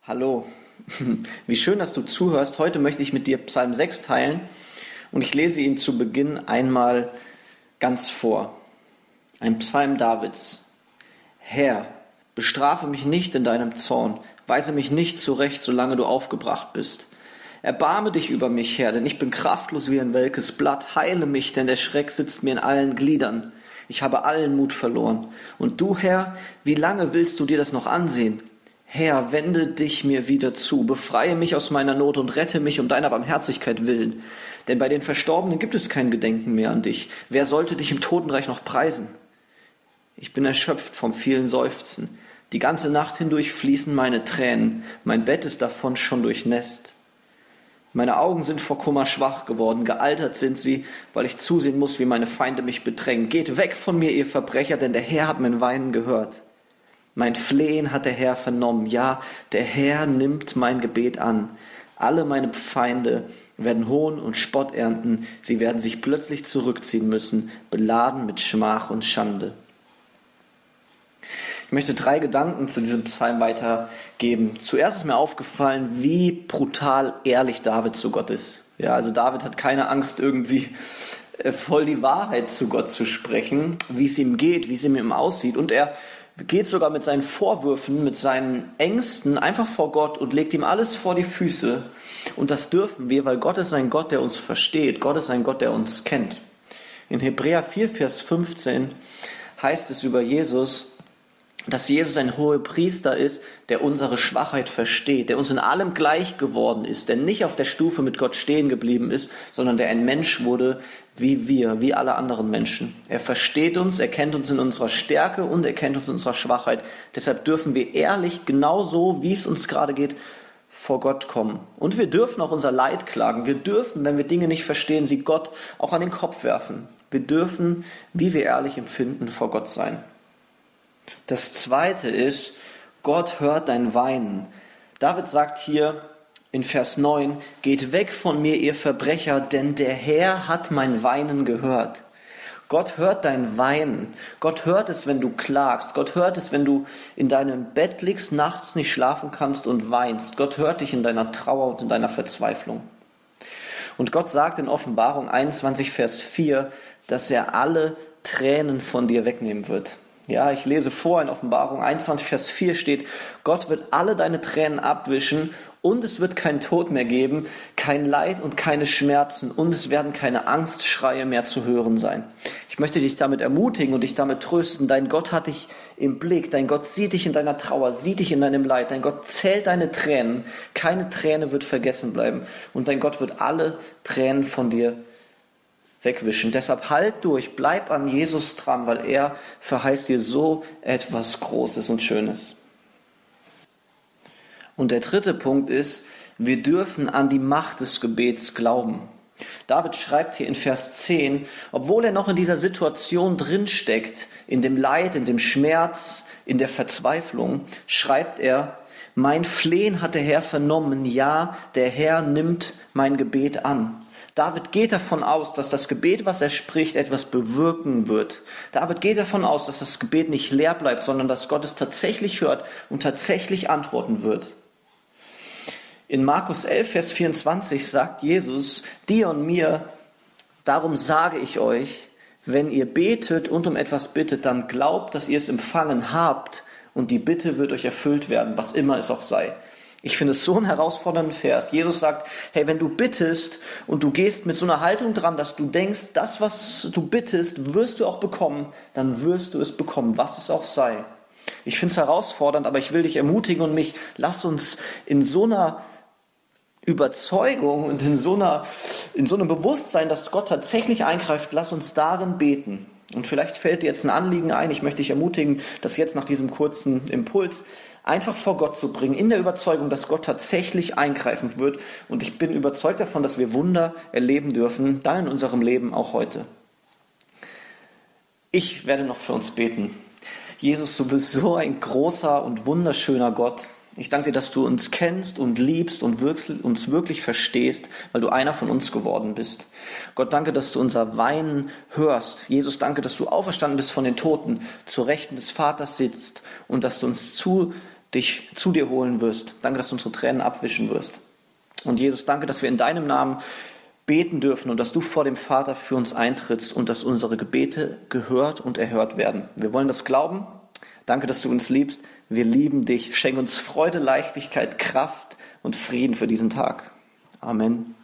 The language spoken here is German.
Hallo, wie schön, dass du zuhörst. Heute möchte ich mit dir Psalm 6 teilen und ich lese ihn zu Beginn einmal ganz vor. Ein Psalm Davids. Herr, bestrafe mich nicht in deinem Zorn, weise mich nicht zurecht, solange du aufgebracht bist. Erbarme dich über mich, Herr, denn ich bin kraftlos wie ein welkes Blatt. Heile mich, denn der Schreck sitzt mir in allen Gliedern. Ich habe allen Mut verloren. Und du, Herr, wie lange willst du dir das noch ansehen? Herr, wende dich mir wieder zu, befreie mich aus meiner Not und rette mich um deiner Barmherzigkeit willen. Denn bei den Verstorbenen gibt es kein Gedenken mehr an dich. Wer sollte dich im Totenreich noch preisen? Ich bin erschöpft vom vielen Seufzen. Die ganze Nacht hindurch fließen meine Tränen. Mein Bett ist davon schon durchnässt. Meine Augen sind vor Kummer schwach geworden. Gealtert sind sie, weil ich zusehen muss, wie meine Feinde mich bedrängen. Geht weg von mir, ihr Verbrecher, denn der Herr hat mein Weinen gehört. Mein Flehen hat der Herr vernommen. Ja, der Herr nimmt mein Gebet an. Alle meine Feinde werden Hohn und Spott ernten. Sie werden sich plötzlich zurückziehen müssen, beladen mit Schmach und Schande. Ich möchte 3 Gedanken zu diesem Psalm weitergeben. Zuerst ist mir aufgefallen, wie brutal ehrlich David zu Gott ist. Ja, also David hat keine Angst, irgendwie voll die Wahrheit zu Gott zu sprechen, wie es ihm geht, wie es ihm aussieht. Und er geht sogar mit seinen Vorwürfen, mit seinen Ängsten einfach vor Gott und legt ihm alles vor die Füße. Und das dürfen wir, weil Gott ist ein Gott, der uns versteht. Gott ist ein Gott, der uns kennt. In Hebräer 4, Vers 15 heißt es über Jesus, dass Jesus ein Hohepriester ist, der unsere Schwachheit versteht, der uns in allem gleich geworden ist, der nicht auf der Stufe mit Gott stehen geblieben ist, sondern der ein Mensch wurde wie wir, wie alle anderen Menschen. Er versteht uns, er kennt uns in unserer Stärke und er kennt uns in unserer Schwachheit. Deshalb dürfen wir ehrlich, genauso wie es uns gerade geht, vor Gott kommen. Und wir dürfen auch unser Leid klagen. Wir dürfen, wenn wir Dinge nicht verstehen, sie Gott auch an den Kopf werfen. Wir dürfen, wie wir ehrlich empfinden, vor Gott sein. Das Zweite ist, Gott hört dein Weinen. David sagt hier in Vers 9, geht weg von mir, ihr Verbrecher, denn der Herr hat mein Weinen gehört. Gott hört dein Weinen. Gott hört es, wenn du klagst. Gott hört es, wenn du in deinem Bett liegst, nachts nicht schlafen kannst und weinst. Gott hört dich in deiner Trauer und in deiner Verzweiflung. Und Gott sagt in Offenbarung 21, Vers 4, dass er alle Tränen von dir wegnehmen wird. Ja, ich lese vor, in Offenbarung 21, Vers 4 steht, Gott wird alle deine Tränen abwischen und es wird keinen Tod mehr geben, kein Leid und keine Schmerzen und es werden keine Angstschreie mehr zu hören sein. Ich möchte dich damit ermutigen und dich damit trösten, dein Gott hat dich im Blick, dein Gott sieht dich in deiner Trauer, sieht dich in deinem Leid, dein Gott zählt deine Tränen, keine Träne wird vergessen bleiben und dein Gott wird alle Tränen von dir wegwischen. Deshalb halt durch, bleib an Jesus dran, weil er verheißt dir so etwas Großes und Schönes. Und der 3. Punkt ist, wir dürfen an die Macht des Gebets glauben. David schreibt hier in Vers 10, obwohl er noch in dieser Situation drinsteckt, in dem Leid, in dem Schmerz, in der Verzweiflung, schreibt er, mein Flehen hat der Herr vernommen, ja, der Herr nimmt mein Gebet an. David geht davon aus, dass das Gebet, was er spricht, etwas bewirken wird. David geht davon aus, dass das Gebet nicht leer bleibt, sondern dass Gott es tatsächlich hört und tatsächlich antworten wird. In Markus 11, Vers 24 sagt Jesus, dir und mir, darum sage ich euch, wenn ihr betet und um etwas bittet, dann glaubt, dass ihr es empfangen habt und die Bitte wird euch erfüllt werden, was immer es auch sei. Ich finde es so einen herausfordernden Vers. Jesus sagt, hey, wenn du bittest und du gehst mit so einer Haltung dran, dass du denkst, das, was du bittest, wirst du auch bekommen, dann wirst du es bekommen, was es auch sei. Ich finde es herausfordernd, aber ich will dich ermutigen und lass uns in so einer Überzeugung und in so einem Bewusstsein, dass Gott tatsächlich eingreift, lass uns darin beten. Und vielleicht fällt dir jetzt ein Anliegen ein, ich möchte dich ermutigen, das jetzt nach diesem kurzen Impuls einfach vor Gott zu bringen, in der Überzeugung, dass Gott tatsächlich eingreifen wird. Und ich bin überzeugt davon, dass wir Wunder erleben dürfen, dann in unserem Leben auch heute. Ich werde noch für uns beten. Jesus, du bist so ein großer und wunderschöner Gott. Ich danke dir, dass du uns kennst und liebst und uns wirklich verstehst, weil du einer von uns geworden bist. Gott, danke, dass du unser Weinen hörst. Jesus, danke, dass du auferstanden bist von den Toten, zur Rechten des Vaters sitzt und dass du uns dich zu dir holen wirst. Danke, dass du unsere Tränen abwischen wirst. Und Jesus, danke, dass wir in deinem Namen beten dürfen und dass du vor dem Vater für uns eintrittst und dass unsere Gebete gehört und erhört werden. Wir wollen das glauben. Danke, dass du uns liebst. Wir lieben dich. Schenk uns Freude, Leichtigkeit, Kraft und Frieden für diesen Tag. Amen.